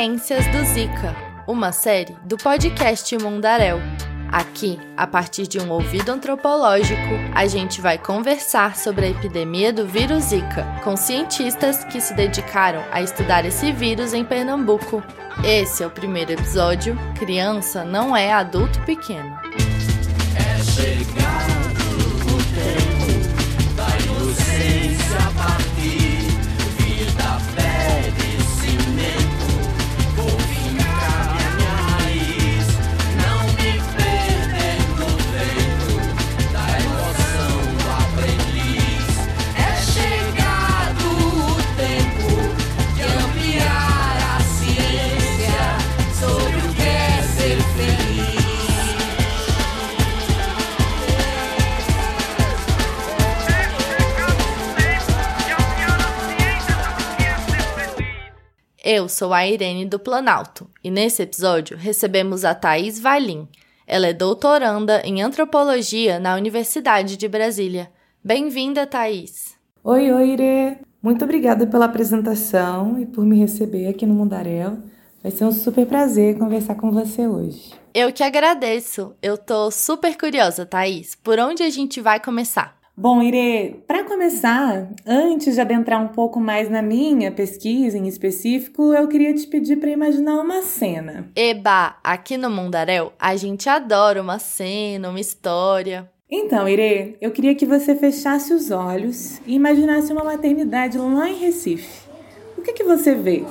Ciências do Zika, uma série do podcast Mundaréu. Aqui, a partir de um ouvido antropológico, a gente vai conversar sobre a epidemia do vírus Zika, com cientistas que se dedicaram a estudar esse vírus em Pernambuco. Esse é o primeiro episódio, Criança não é adulto pequeno. É chegado o tempo da inocência partir, vida, pele, cimento, vou fincar minha raiz, não me perder no vento da emoção do aprendiz. É chegado o tempo de ampliar a ciência sobre o que é ser feliz. Eu sou a Irene do Planalto e nesse episódio recebemos a Thaís Valim. Ela é doutoranda em antropologia na Universidade de Brasília. Bem-vinda, Thaís! Oi, Irê! Muito obrigada pela apresentação e por me receber aqui no Mundaréu. Vai ser um super prazer conversar com você hoje. Eu que agradeço! Eu tô super curiosa, Thaís. Por onde a gente vai começar? Bom, Irê, para começar, antes de adentrar um pouco mais na minha pesquisa em específico, eu queria te pedir para imaginar uma cena. Eba, aqui no Mundaréu, a gente adora uma cena, uma história. Então, Irê, eu queria que você fechasse os olhos e imaginasse uma maternidade lá em Recife. O que você vê?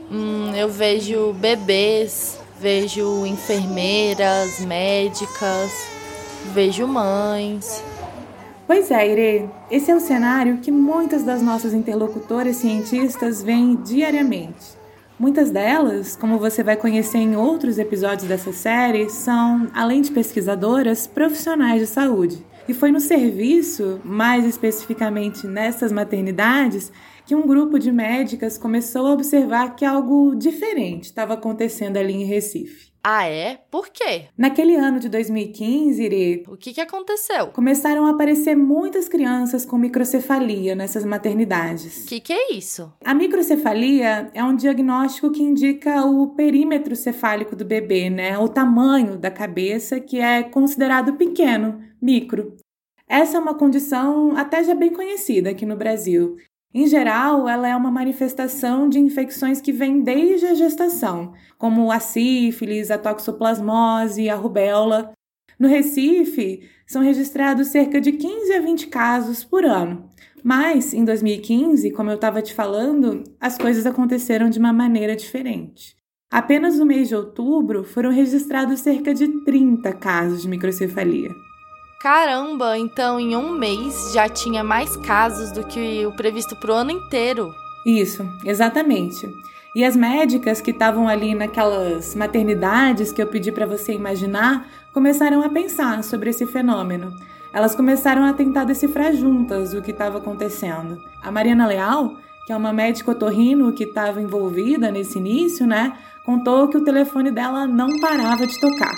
Eu vejo bebês, vejo enfermeiras, médicas, vejo mães. Pois é, Irê, esse é o cenário que muitas das nossas interlocutoras cientistas veem diariamente. Muitas delas, como você vai conhecer em outros episódios dessa série, são, além de pesquisadoras, profissionais de saúde. E foi no serviço, mais especificamente nessas maternidades, que um grupo de médicas começou a observar que algo diferente estava acontecendo ali em Recife. Ah, é? Por quê? Naquele ano de 2015, Irê, O que aconteceu? começaram a aparecer muitas crianças com microcefalia nessas maternidades. O que é isso? A microcefalia é um diagnóstico que indica o perímetro cefálico do bebê, né? O tamanho da cabeça, que é considerado pequeno, micro. Essa é uma condição até já bem conhecida aqui no Brasil. Em geral, ela é uma manifestação de infecções que vêm desde a gestação, como a sífilis, a toxoplasmose, a rubéola. No Recife, são registrados cerca de 15 a 20 casos por ano. Mas, em 2015, como eu estava te falando, as coisas aconteceram de uma maneira diferente. Apenas no mês de outubro, foram registrados cerca de 30 casos de microcefalia. Caramba, então em um mês já tinha mais casos do que o previsto pro ano inteiro. Isso, exatamente. E as médicas que estavam ali naquelas maternidades que eu pedi para você imaginar, começaram a pensar sobre esse fenômeno. Elas começaram a tentar decifrar juntas o que estava acontecendo. A Mariana Leal, que é uma médica otorrino que estava envolvida nesse início, né, contou que o telefone dela não parava de tocar.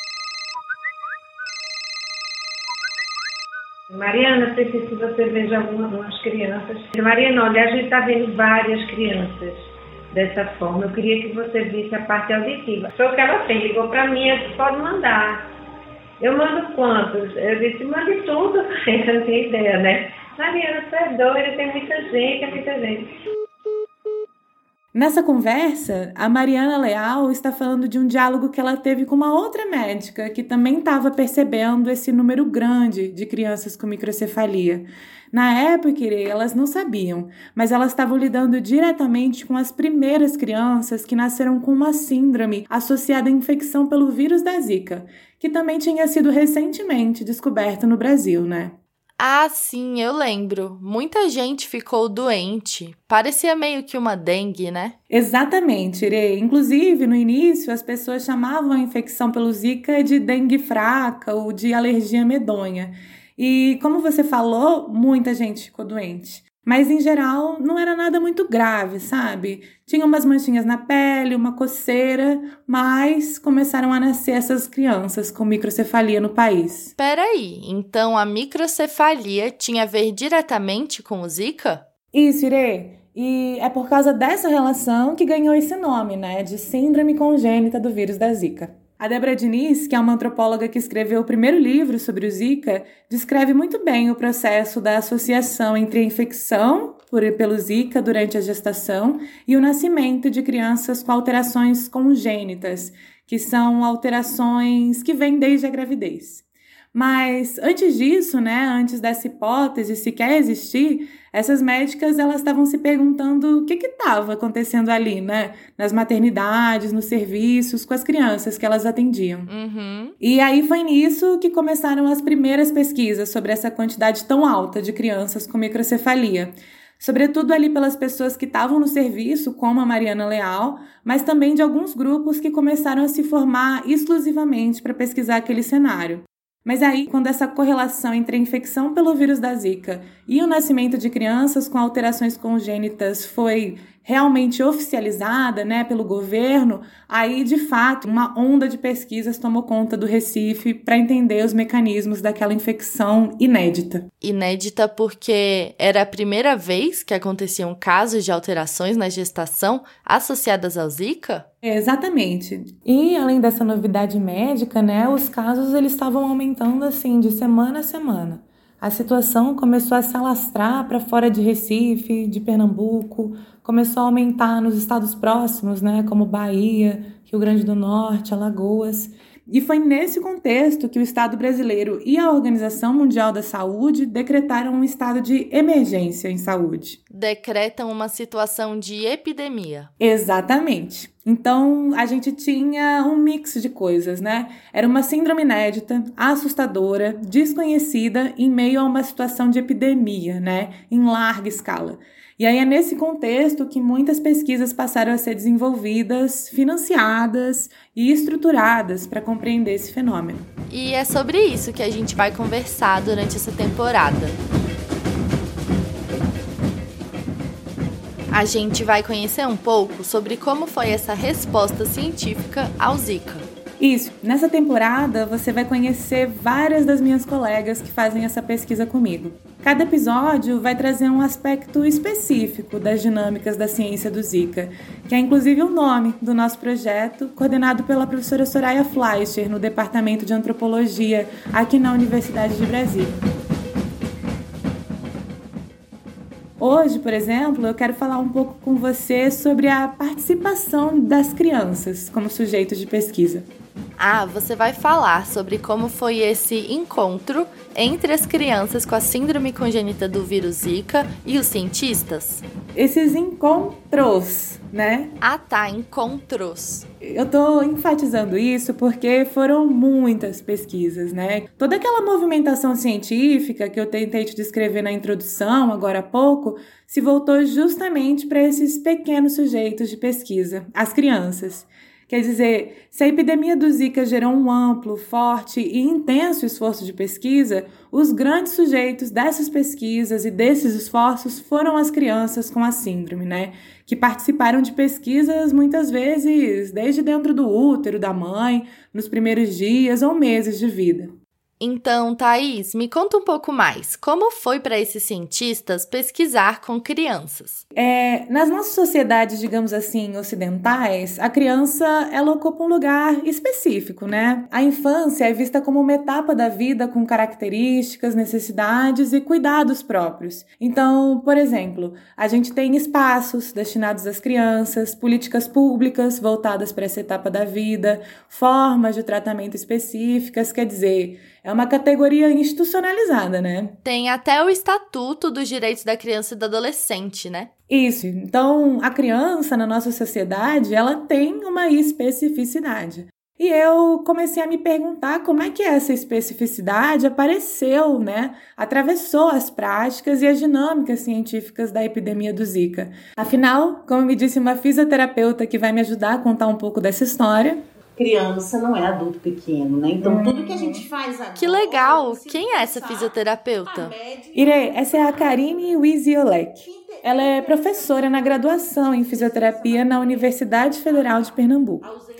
Mariana, preciso que você veja algumas crianças. Mariana, olha, a gente está vendo várias crianças dessa forma. Eu queria que você visse a parte auditiva. Foi o que ela fez, ligou para mim, eu disse, pode mandar. Eu mando quantos? Eu disse, mande tudo. Eu não tinha ideia, né? Mariana, você é doida, tem muita gente, é muita gente. Nessa conversa, a Mariana Leal está falando de um diálogo que ela teve com uma outra médica que também estava percebendo esse número grande de crianças com microcefalia. Na época, elas não sabiam, mas elas estavam lidando diretamente com as primeiras crianças que nasceram com uma síndrome associada à infecção pelo vírus da Zika, que também tinha sido recentemente descoberto no Brasil, né? Ah, sim, eu lembro. Muita gente ficou doente. Parecia meio que uma dengue, né? Exatamente, Irê. Inclusive, no início, as pessoas chamavam a infecção pelo Zika de dengue fraca ou de alergia medonha. E, como você falou, muita gente ficou doente. Mas, em geral, não era nada muito grave, sabe? Tinha umas manchinhas na pele, uma coceira, mas começaram a nascer essas crianças com microcefalia no país. Peraí, então a microcefalia tinha a ver diretamente com o Zika? Isso, Irê. E é por causa dessa relação que ganhou esse nome, né, de Síndrome Congênita do Vírus da Zika. A Débora Diniz, que é uma antropóloga que escreveu o primeiro livro sobre o Zika, descreve muito bem o processo da associação entre a infecção pelo Zika durante a gestação e o nascimento de crianças com alterações congênitas, que são alterações que vêm desde a gravidez. Mas antes disso, né, antes dessa hipótese sequer existir, essas médicas elas estavam se perguntando o que estava acontecendo ali, né, nas maternidades, nos serviços, com as crianças que elas atendiam. E aí foi nisso que começaram as primeiras pesquisas sobre essa quantidade tão alta de crianças com microcefalia. Sobretudo ali pelas pessoas que estavam no serviço, como a Mariana Leal, mas também de alguns grupos que começaram a se formar exclusivamente para pesquisar aquele cenário. Mas aí, quando essa correlação entre a infecção pelo vírus da Zika e o nascimento de crianças com alterações congênitas foi realmente oficializada, né, pelo governo, aí, de fato, uma onda de pesquisas tomou conta do Recife para entender os mecanismos daquela infecção inédita. Inédita porque era a primeira vez que aconteciam casos de alterações na gestação associadas ao Zika? Exatamente. E, além dessa novidade médica, né, os casos eles estavam aumentando assim, de semana a semana. A situação começou a se alastrar para fora de Recife, de Pernambuco, começou a aumentar nos estados próximos, né, como Bahia, Rio Grande do Norte, Alagoas. E foi nesse contexto que o Estado brasileiro e a Organização Mundial da Saúde decretaram um estado de emergência em saúde. Decretam uma situação de epidemia. Exatamente. Então, a gente tinha um mix de coisas, né? Era uma síndrome inédita, assustadora, desconhecida em meio a uma situação de epidemia, né? Em larga escala. E aí é nesse contexto que muitas pesquisas passaram a ser desenvolvidas, financiadas e estruturadas para compreender esse fenômeno. E é sobre isso que a gente vai conversar durante essa temporada. A gente vai conhecer um pouco sobre como foi essa resposta científica ao Zika. Isso. Nessa temporada, você vai conhecer várias das minhas colegas que fazem essa pesquisa comigo. Cada episódio vai trazer um aspecto específico das dinâmicas da ciência do Zika, que é inclusive o nome do nosso projeto, coordenado pela professora Soraya Fleischer, no Departamento de Antropologia, aqui na Universidade de Brasília. Hoje, por exemplo, eu quero falar um pouco com você sobre a participação das crianças como sujeitos de pesquisa. Você vai falar sobre como foi esse encontro entre as crianças com a síndrome congênita do vírus Zika e os cientistas? Esses encontros, né? Encontros. Eu tô enfatizando isso porque foram muitas pesquisas, né? Toda aquela movimentação científica que eu tentei te descrever na introdução, agora há pouco, se voltou justamente para esses pequenos sujeitos de pesquisa, as crianças. Quer dizer, se a epidemia do Zika gerou um amplo, forte e intenso esforço de pesquisa, os grandes sujeitos dessas pesquisas e desses esforços foram as crianças com a síndrome, né? Que participaram de pesquisas muitas vezes desde dentro do útero da mãe, nos primeiros dias ou meses de vida. Então, Thaís, me conta um pouco mais. Como foi para esses cientistas pesquisar com crianças? Nas nossas sociedades, digamos assim, ocidentais, a criança ela ocupa um lugar específico, né? A infância é vista como uma etapa da vida com características, necessidades e cuidados próprios. Então, por exemplo, a gente tem espaços destinados às crianças, políticas públicas voltadas para essa etapa da vida, formas de tratamento específicas, quer dizer, é uma categoria institucionalizada, né? Tem até o Estatuto dos Direitos da Criança e do Adolescente, né? Isso. Então, a criança na nossa sociedade, ela tem uma especificidade. E eu comecei a me perguntar como é que essa especificidade apareceu, né? Atravessou as práticas e as dinâmicas científicas da epidemia do Zika. Afinal, como me disse uma fisioterapeuta que vai me ajudar a contar um pouco dessa história, criança não é adulto pequeno, né? Então, tudo que a gente faz agora... Que legal! Quem é essa fisioterapeuta? Irê, essa é a Karine Wiziolek. Ela é professora na graduação em fisioterapia na Universidade Federal de Pernambuco.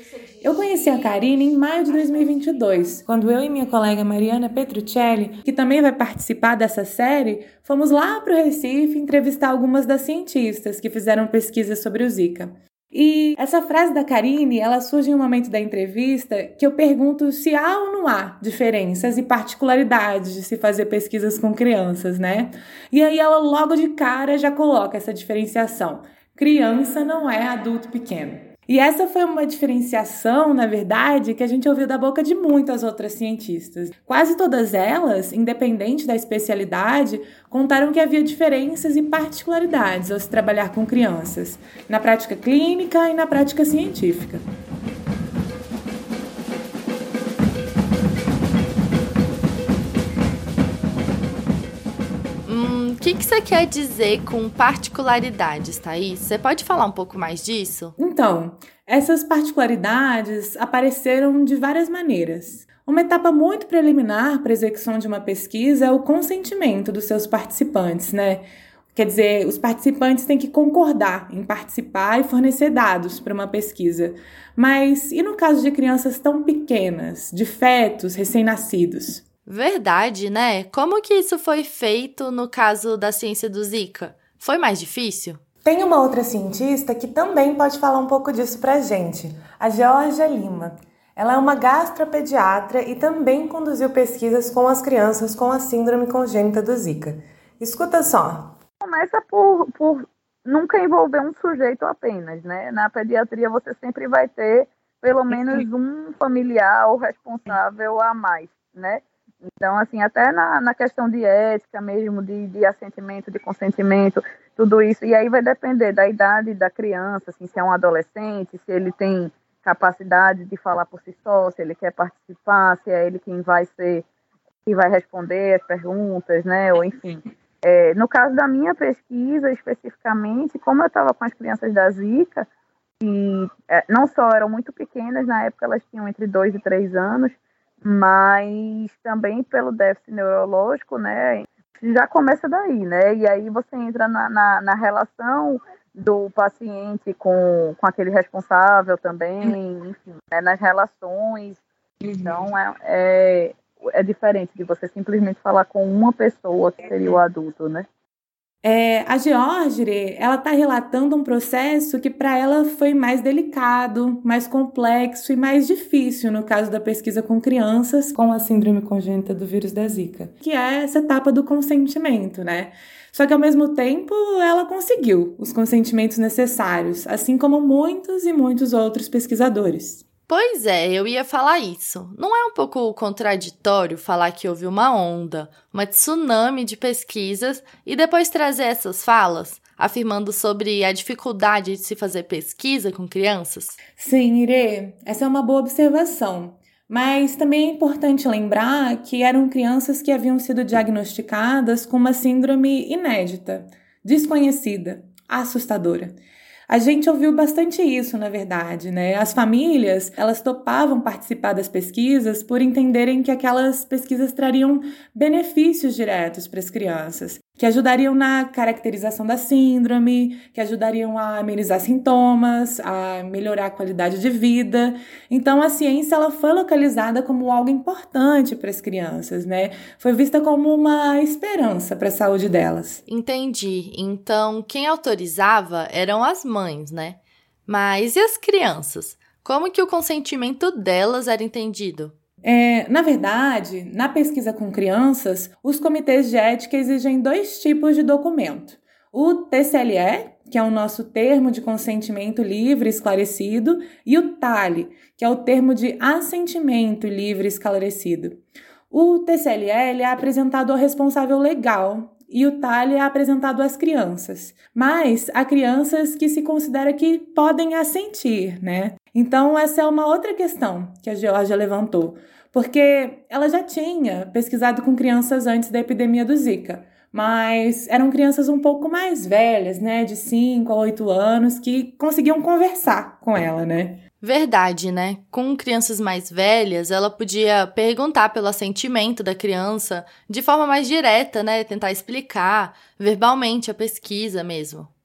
Eu conheci a Karine em maio de 2022, quando eu e minha colega Mariana Petruccelli, que também vai participar dessa série, fomos lá para o Recife entrevistar algumas das cientistas que fizeram pesquisas sobre o Zika. E essa frase da Karine, ela surge em um momento da entrevista que eu pergunto se há ou não há diferenças e particularidades de se fazer pesquisas com crianças, né? E aí ela logo de cara já coloca essa diferenciação. Criança não é adulto pequeno. E essa foi uma diferenciação, na verdade, que a gente ouviu da boca de muitas outras cientistas. Quase todas elas, independente da especialidade, contaram que havia diferenças e particularidades ao se trabalhar com crianças, na prática clínica e na prática científica. O que você quer dizer com particularidades, Thaís? Você pode falar um pouco mais disso? Então, essas particularidades apareceram de várias maneiras. Uma etapa muito preliminar para a execução de uma pesquisa é o consentimento dos seus participantes, né? Quer dizer, os participantes têm que concordar em participar e fornecer dados para uma pesquisa. Mas e no caso de crianças tão pequenas, de fetos recém-nascidos? Verdade, né? Como que isso foi feito no caso da ciência do Zika? Foi mais difícil? Tem uma outra cientista que também pode falar um pouco disso pra gente, a Georgia Lima. Ela é uma gastropediatra e também conduziu pesquisas com as crianças com a síndrome congênita do Zika. Escuta só. Começa por nunca envolver um sujeito apenas, né? Na pediatria você sempre vai ter pelo menos um familiar ou responsável a mais, né? Então, assim, até na questão de ética mesmo, de assentimento, de consentimento, tudo isso. E aí vai depender da idade da criança, assim, se é um adolescente, se ele tem capacidade de falar por si só, se ele quer participar, se é ele quem vai responder as perguntas, né? Ou enfim. No caso da minha pesquisa, especificamente, como eu estava com as crianças da Zika, e não só eram muito pequenas, na época elas tinham entre 2 e 3 anos, mas também pelo déficit neurológico, né, já começa daí, né, e aí você entra na relação do paciente com aquele responsável também, enfim, né, nas relações. Então é diferente de você simplesmente falar com uma pessoa que seria o adulto, né. A Georgia, ela está relatando um processo que para ela foi mais delicado, mais complexo e mais difícil no caso da pesquisa com crianças com a síndrome congênita do vírus da Zika, que é essa etapa do consentimento, né? Só que ao mesmo tempo ela conseguiu os consentimentos necessários, assim como muitos e muitos outros pesquisadores. Pois é, eu ia falar isso. Não é um pouco contraditório falar que houve uma onda, uma tsunami de pesquisas e depois trazer essas falas, afirmando sobre a dificuldade de se fazer pesquisa com crianças? Sim, Irê, essa é uma boa observação. Mas também é importante lembrar que eram crianças que haviam sido diagnosticadas com uma síndrome inédita, desconhecida, assustadora. A gente ouviu bastante isso, na verdade, né? As famílias, elas topavam participar das pesquisas por entenderem que aquelas pesquisas trariam benefícios diretos para as crianças, que ajudariam na caracterização da síndrome, que ajudariam a amenizar sintomas, a melhorar a qualidade de vida. Então, a ciência ela foi localizada como algo importante para as crianças, né? Foi vista como uma esperança para a saúde delas. Entendi. Então, quem autorizava eram as mães, né? Mas e as crianças? Como que o consentimento delas era entendido? Na verdade, na pesquisa com crianças, os comitês de ética exigem 2 tipos de documento. O TCLE, que é o nosso termo de consentimento livre e esclarecido, e o TALE, que é o termo de assentimento livre e esclarecido. O TCLE é apresentado ao responsável legal e o TALE é apresentado às crianças. Mas há crianças que se considera que podem assentir, né? Então, essa é uma outra questão que a Georgia levantou, porque ela já tinha pesquisado com crianças antes da epidemia do Zika, mas eram crianças um pouco mais velhas, né, de 5 a 8 anos, que conseguiam conversar com ela, né? Verdade, né? Com crianças mais velhas, ela podia perguntar pelo assentimento da criança de forma mais direta, né? Tentar explicar verbalmente a pesquisa mesmo.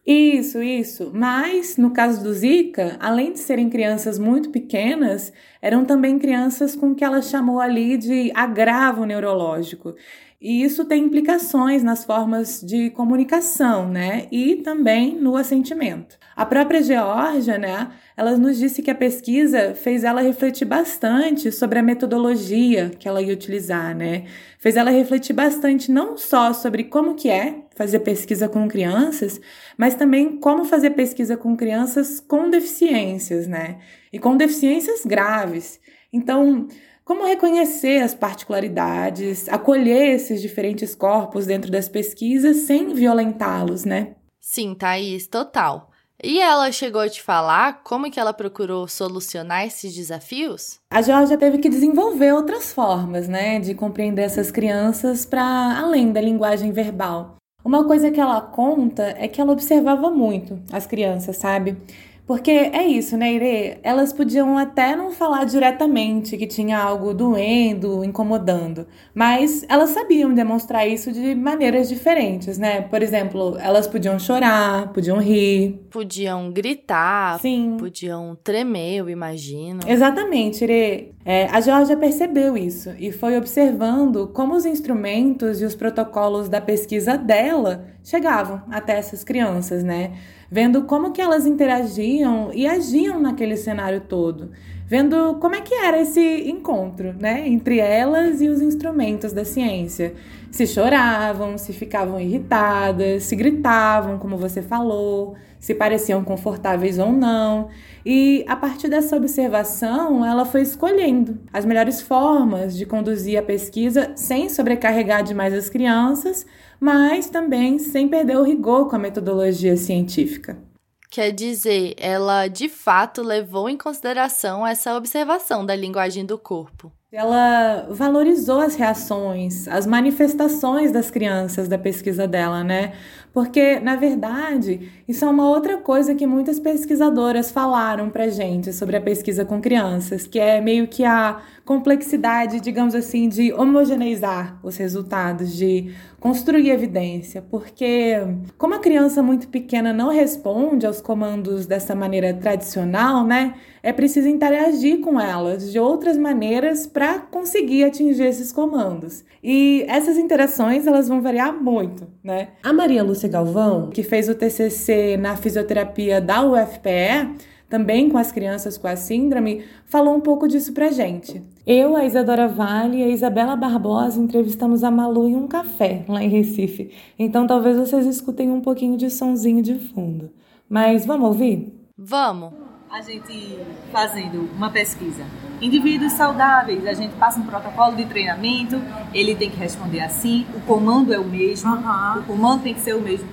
Isso. Mas, no caso do Zika, além de serem crianças muito pequenas, eram também crianças com o que ela chamou ali de agravo neurológico. E isso tem implicações nas formas de comunicação, né? E também no assentimento. A própria Geórgia, né? Ela nos disse que a pesquisa fez ela refletir bastante sobre a metodologia que ela ia utilizar, né? Fez ela refletir bastante não só sobre como que é fazer pesquisa com crianças, mas também como fazer pesquisa com crianças com deficiências, né? E com deficiências graves. Então, como reconhecer as particularidades, acolher esses diferentes corpos dentro das pesquisas sem violentá-los, né? Sim, Thaís, total. E ela chegou a te falar como que ela procurou solucionar esses desafios? A Geórgia teve que desenvolver outras formas, né, de compreender essas crianças para além da linguagem verbal. Uma coisa que ela conta é que ela observava muito as crianças, sabe? Porque é isso, né, Irê? Elas podiam até não falar diretamente que tinha algo doendo, incomodando, mas elas sabiam demonstrar isso de maneiras diferentes, né? Por exemplo, elas podiam chorar, podiam rir. Podiam gritar, Sim. Podiam tremer, eu imagino. Exatamente, Irê. A Geórgia percebeu isso e foi observando como os instrumentos e os protocolos da pesquisa dela chegavam até essas crianças, né? Vendo como que elas interagiam e agiam naquele cenário todo, vendo como é que era esse encontro, né, entre elas e os instrumentos da ciência. Se choravam, se ficavam irritadas, se gritavam, como você falou, se pareciam confortáveis ou não. E a partir dessa observação, ela foi escolhendo as melhores formas de conduzir a pesquisa sem sobrecarregar demais as crianças, mas também sem perder o rigor com a metodologia científica. Quer dizer, ela de fato levou em consideração essa observação da linguagem do corpo. Ela valorizou as reações, as manifestações das crianças da pesquisa dela, né? Porque, na verdade, isso é uma outra coisa que muitas pesquisadoras falaram pra gente sobre a pesquisa com crianças, que é meio que a complexidade, digamos assim, de homogeneizar os resultados, de construir evidência. Porque, como a criança muito pequena não responde aos comandos dessa maneira tradicional, né? É preciso interagir com elas de outras maneiras para conseguir atingir esses comandos. E essas interações, elas vão variar muito, né? A Maria Lúcia Galvão, que fez o TCC na fisioterapia da UFPE, também com as crianças com a síndrome, falou um pouco disso pra gente. Eu, a Isadora Vale e a Isabela Barbosa entrevistamos a Malu em um café lá em Recife. Então talvez vocês escutem um pouquinho de sonzinho de fundo. Mas vamos ouvir? Vamos! A gente fazendo uma pesquisa. Indivíduos saudáveis, a gente passa um protocolo de treinamento, ele tem que responder assim, o comando é o mesmo, o comando tem que ser o mesmo.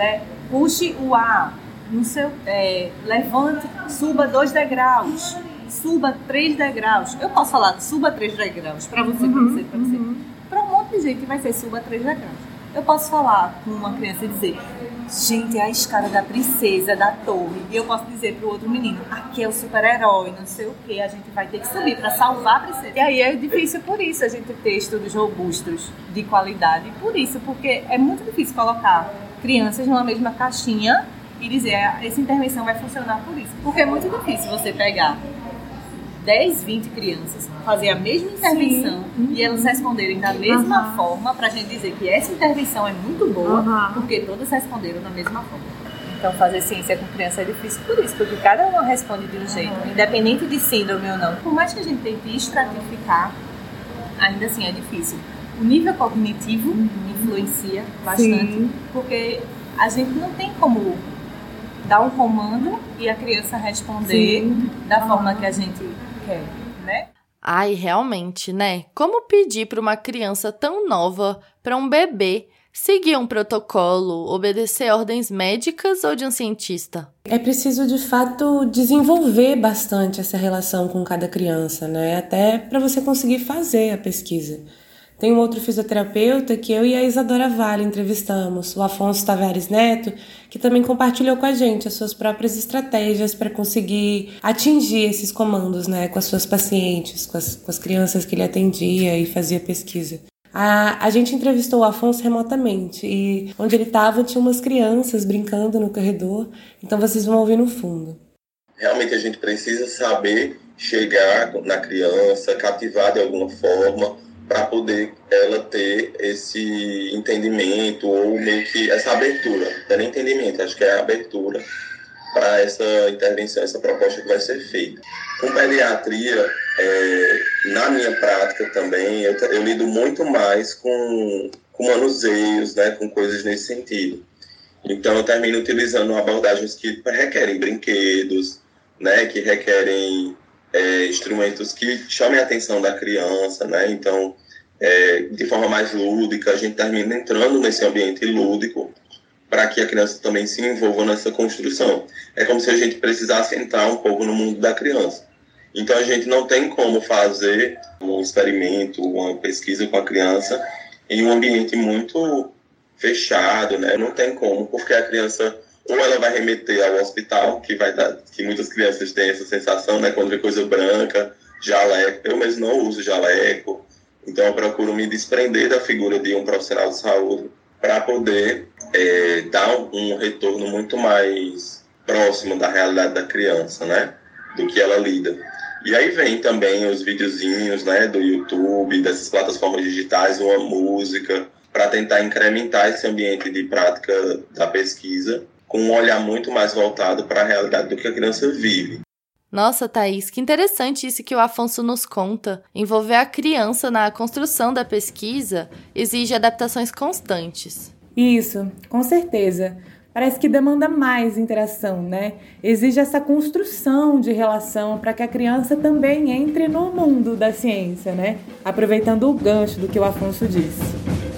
Puxe o ar, levante, suba 2 degraus, suba 3 degraus. Eu posso falar suba 3 degraus para você, para você. Para um monte de gente vai ser suba 3 degraus. Eu posso falar com uma criança e dizer, gente, é a escada da princesa, da torre. E eu posso dizer para o outro menino, aqui é o super-herói, não sei o que, a gente vai ter que subir para salvar a princesa. E aí é difícil por isso a gente ter estudos robustos de qualidade. Por isso, porque é muito difícil colocar crianças numa mesma caixinha e dizer, essa intervenção vai funcionar por isso. Porque é muito difícil você pegar 10, 20 crianças, fazer a mesma intervenção e elas responderem da mesma forma, para a gente dizer que essa intervenção é muito boa, porque todas responderam da mesma forma. Então, fazer ciência com criança é difícil por isso, porque cada uma responde de um jeito, independente de síndrome ou não. Por mais que a gente tente estratificar, ainda assim é difícil. O nível cognitivo influencia bastante, porque a gente não tem como dar um comando e a criança responder da forma que a gente quer, né? Ai, realmente, né? Como pedir para uma criança tão nova, para um bebê, seguir um protocolo, obedecer ordens médicas ou de um cientista? É preciso, de fato, desenvolver bastante essa relação com cada criança, né? Até para você conseguir fazer a pesquisa. Tem um outro fisioterapeuta que eu e a Isadora Vale entrevistamos, o Afonso Tavares Neto, que também compartilhou com a gente as suas próprias estratégias para conseguir atingir esses comandos, né, com as suas pacientes, com as crianças que ele atendia e fazia pesquisa. A gente entrevistou o Afonso remotamente e onde ele estava tinha umas crianças brincando no corredor, então vocês vão ouvir no fundo. Realmente a gente precisa saber chegar na criança, cativar de alguma forma, para poder ela ter esse entendimento ou meio que essa abertura. Não é nem entendimento, acho que é a abertura para essa intervenção, essa proposta que vai ser feita. Com pediatria, na minha prática também, eu lido muito mais com manuseios, né, com coisas nesse sentido. Então, eu termino utilizando abordagens que requerem brinquedos, né, que requerem instrumentos que chamem a atenção da criança, né? Então, de forma mais lúdica, a gente termina entrando nesse ambiente lúdico para que a criança também se envolva nessa construção. É como se a gente precisasse entrar um pouco no mundo da criança. Então, a gente não tem como fazer um experimento, uma pesquisa com a criança em um ambiente muito fechado, né? Não tem como, porque a criança ou ela vai remeter ao hospital, que muitas crianças têm essa sensação, né? Quando vê coisa branca, jaleco. Eu mesmo não uso jaleco, então eu procuro me desprender da figura de um profissional de saúde para poder dar um retorno muito mais próximo da realidade da criança, né? Do que ela lida. E aí vem também os videozinhos, né? Do YouTube, dessas plataformas digitais, uma música, para tentar incrementar esse ambiente de prática da pesquisa com um olhar muito mais voltado para a realidade do que a criança vive. Nossa, Thaís, que interessante isso que o Afonso nos conta. Envolver a criança na construção da pesquisa exige adaptações constantes. Isso, com certeza. Parece que demanda mais interação, né? Exige essa construção de relação para que a criança também entre no mundo da ciência, né? Aproveitando o gancho do que o Afonso disse.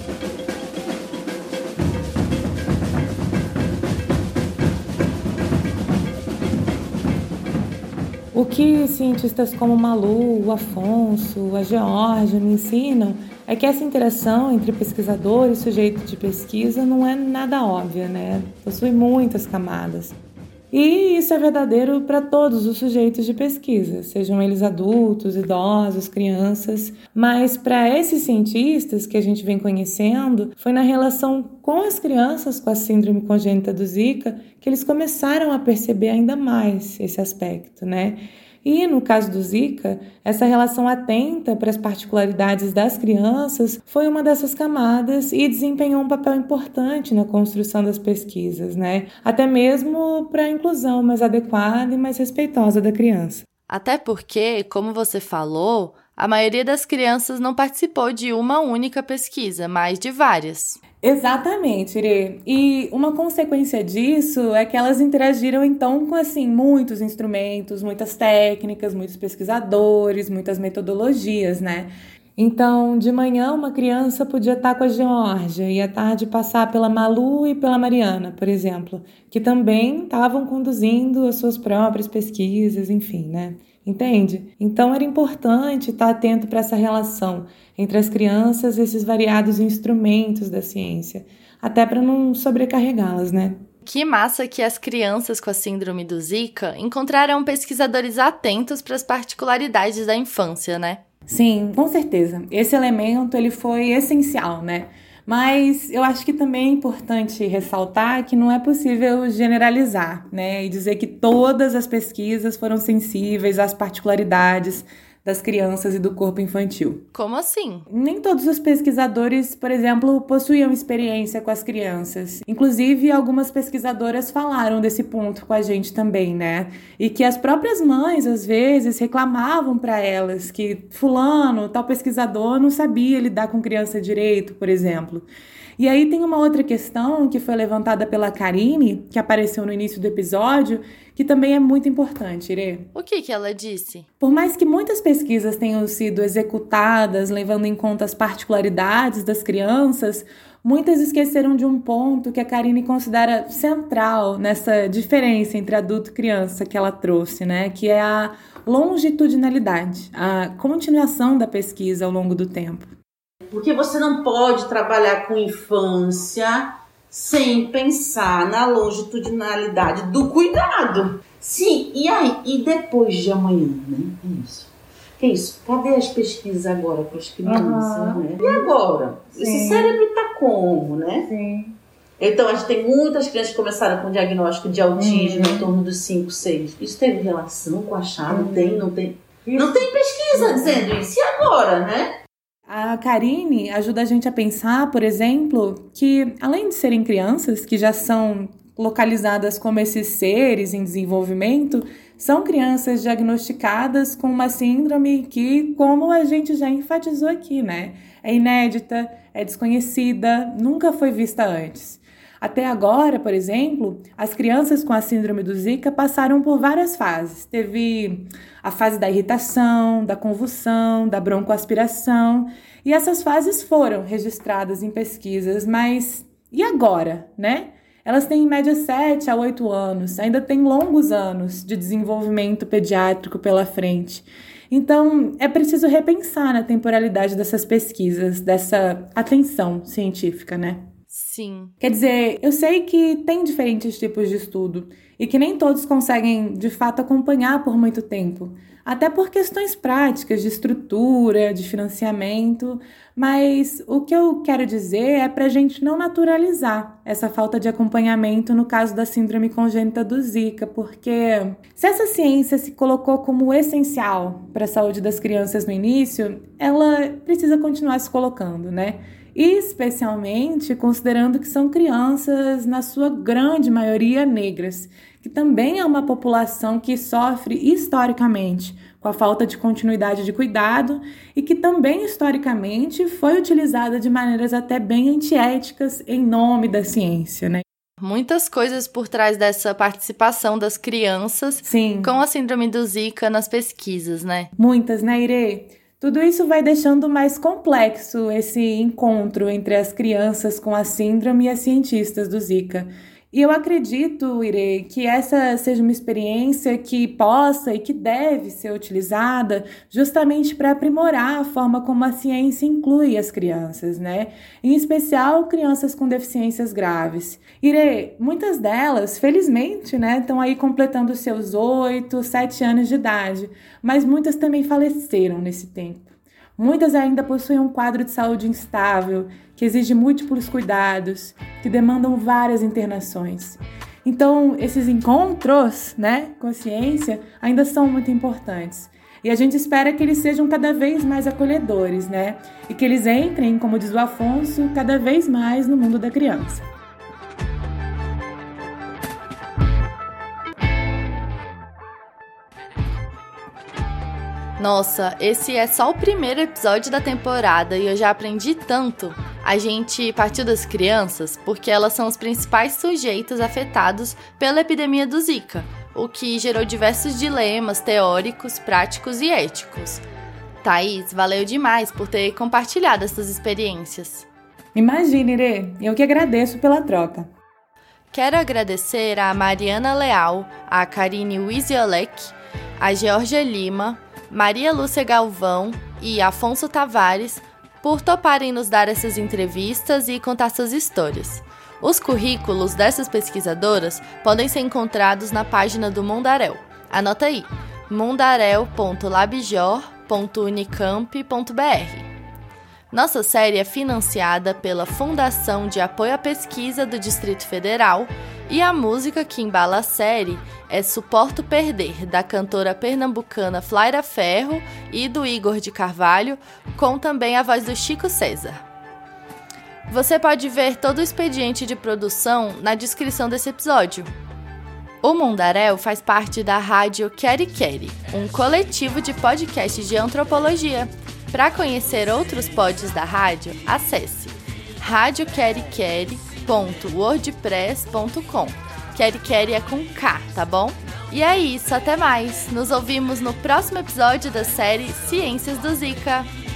O que cientistas como Malu, o Afonso, a Georgia me ensinam é que essa interação entre pesquisador e sujeito de pesquisa não é nada óbvia, né? Possui muitas camadas. E isso é verdadeiro para todos os sujeitos de pesquisa, sejam eles adultos, idosos, crianças. Mas para esses cientistas que a gente vem conhecendo, foi na relação com as crianças com a síndrome congênita do Zika que eles começaram a perceber ainda mais esse aspecto, né? E, no caso do Zika, essa relação atenta para as particularidades das crianças foi uma dessas camadas e desempenhou um papel importante na construção das pesquisas, né? Até mesmo para a inclusão mais adequada e mais respeitosa da criança. Até porque, como você falou, a maioria das crianças não participou de uma única pesquisa, mas de várias. Exatamente, Irê. E uma consequência disso é que elas interagiram, então, com, muitos instrumentos, muitas técnicas, muitos pesquisadores, muitas metodologias, né? Então, de manhã, uma criança podia estar com a Georgia e à tarde passar pela Malu e pela Mariana, por exemplo, que também estavam conduzindo as suas próprias pesquisas, enfim, né? Entende? Então era importante estar atento para essa relação entre as crianças e esses variados instrumentos da ciência, até para não sobrecarregá-las, né? Que massa que as crianças com a síndrome do Zika encontraram pesquisadores atentos para as particularidades da infância, né? Sim, com certeza. Esse elemento ele foi essencial, né? Mas eu acho que também é importante ressaltar que não é possível generalizar, né? E dizer que todas as pesquisas foram sensíveis às particularidades das crianças e do corpo infantil. Como assim? Nem todos os pesquisadores, por exemplo, possuíam experiência com as crianças. Inclusive, algumas pesquisadoras falaram desse ponto com a gente também, né? E que as próprias mães, às vezes, reclamavam para elas que fulano, tal pesquisador, não sabia lidar com criança direito, por exemplo. E aí tem uma outra questão que foi levantada pela Karine, que apareceu no início do episódio, que também é muito importante, Irê. O que ela disse? Por mais que muitas pesquisas tenham sido executadas levando em conta as particularidades das crianças, muitas esqueceram de um ponto que a Karine considera central nessa diferença entre adulto e criança que ela trouxe, né? Que é a longitudinalidade, a continuação da pesquisa ao longo do tempo. Porque você não pode trabalhar com infância sem pensar na longitudinalidade do cuidado. Sim, e aí? E depois de amanhã, né? Isso. Que isso? Cadê as pesquisas agora com as crianças, né? E agora? Sim. Esse cérebro tá como, né? Sim. Então, a gente tem muitas crianças que começaram com diagnóstico de autismo em torno dos 5, 6. Isso teve relação com achado? Tem, não tem? Não tem pesquisa dizendo isso. E agora, né? A Karine ajuda a gente a pensar, por exemplo, que além de serem crianças, que já são localizadas como esses seres em desenvolvimento, são crianças diagnosticadas com uma síndrome que, como a gente já enfatizou aqui, né? É inédita, é desconhecida, nunca foi vista antes. Até agora, por exemplo, as crianças com a síndrome do Zika passaram por várias fases. Teve a fase da irritação, da convulsão, da broncoaspiração, e essas fases foram registradas em pesquisas, mas e agora, né? Elas têm em média 7 a 8 anos, ainda têm longos anos de desenvolvimento pediátrico pela frente. Então, é preciso repensar na temporalidade dessas pesquisas, dessa atenção científica, né? Sim. Quer dizer, eu sei que tem diferentes tipos de estudo e que nem todos conseguem, de fato, acompanhar por muito tempo, até por questões práticas de estrutura, de financiamento, mas o que eu quero dizer é para a gente não naturalizar essa falta de acompanhamento no caso da síndrome congênita do Zika, porque se essa ciência se colocou como essencial para a saúde das crianças no início, ela precisa continuar se colocando, né? Especialmente considerando que são crianças, na sua grande maioria, negras, que também é uma população que sofre historicamente com a falta de continuidade de cuidado e que também historicamente foi utilizada de maneiras até bem antiéticas em nome da ciência, né? Muitas coisas por trás dessa participação das crianças com a síndrome do Zika nas pesquisas, né? Muitas, né, Irê? Tudo isso vai deixando mais complexo esse encontro entre as crianças com a síndrome e as cientistas do Zika. E eu acredito, Irê, que essa seja uma experiência que possa e que deve ser utilizada justamente para aprimorar a forma como a ciência inclui as crianças, né? Em especial crianças com deficiências graves. Irê, muitas delas, felizmente, né, estão aí completando seus 8, 7 anos de idade, mas muitas também faleceram nesse tempo. Muitas ainda possuem um quadro de saúde instável, que exige múltiplos cuidados, que demandam várias internações. Então, esses encontros, né, com a ciência ainda são muito importantes. E a gente espera que eles sejam cada vez mais acolhedores, né? E que eles entrem, como diz o Afonso, cada vez mais no mundo da criança. Nossa, esse é só o primeiro episódio da temporada e eu já aprendi tanto. A gente partiu das crianças porque elas são os principais sujeitos afetados pela epidemia do Zika, o que gerou diversos dilemas teóricos, práticos e éticos. Thaís, valeu demais por ter compartilhado essas experiências. Imagina, Irê, eu que agradeço pela troca. Quero agradecer a Mariana Leal, a Karine Wiziolek, a Georgia Lima, Maria Lúcia Galvão e Afonso Tavares por toparem nos dar essas entrevistas e contar suas histórias. Os currículos dessas pesquisadoras podem ser encontrados na página do Mundaréu. Anota aí, mundaréu.labjor.unicamp.br. Nossa série é financiada pela Fundação de Apoio à Pesquisa do Distrito Federal e a música que embala a série é Suporto Perder, da cantora pernambucana Flaira Ferro e do Igor de Carvalho, com também a voz do Chico César. Você pode ver todo o expediente de produção na descrição desse episódio. O Mundaréu faz parte da Rádio Queri Queri, um coletivo de podcasts de antropologia. Para conhecer outros pods da rádio, acesse radioqueriqueri.wordpress.com. Queri Queri é com K, tá bom? E é isso, até mais! Nos ouvimos no próximo episódio da série Ciências do Zika.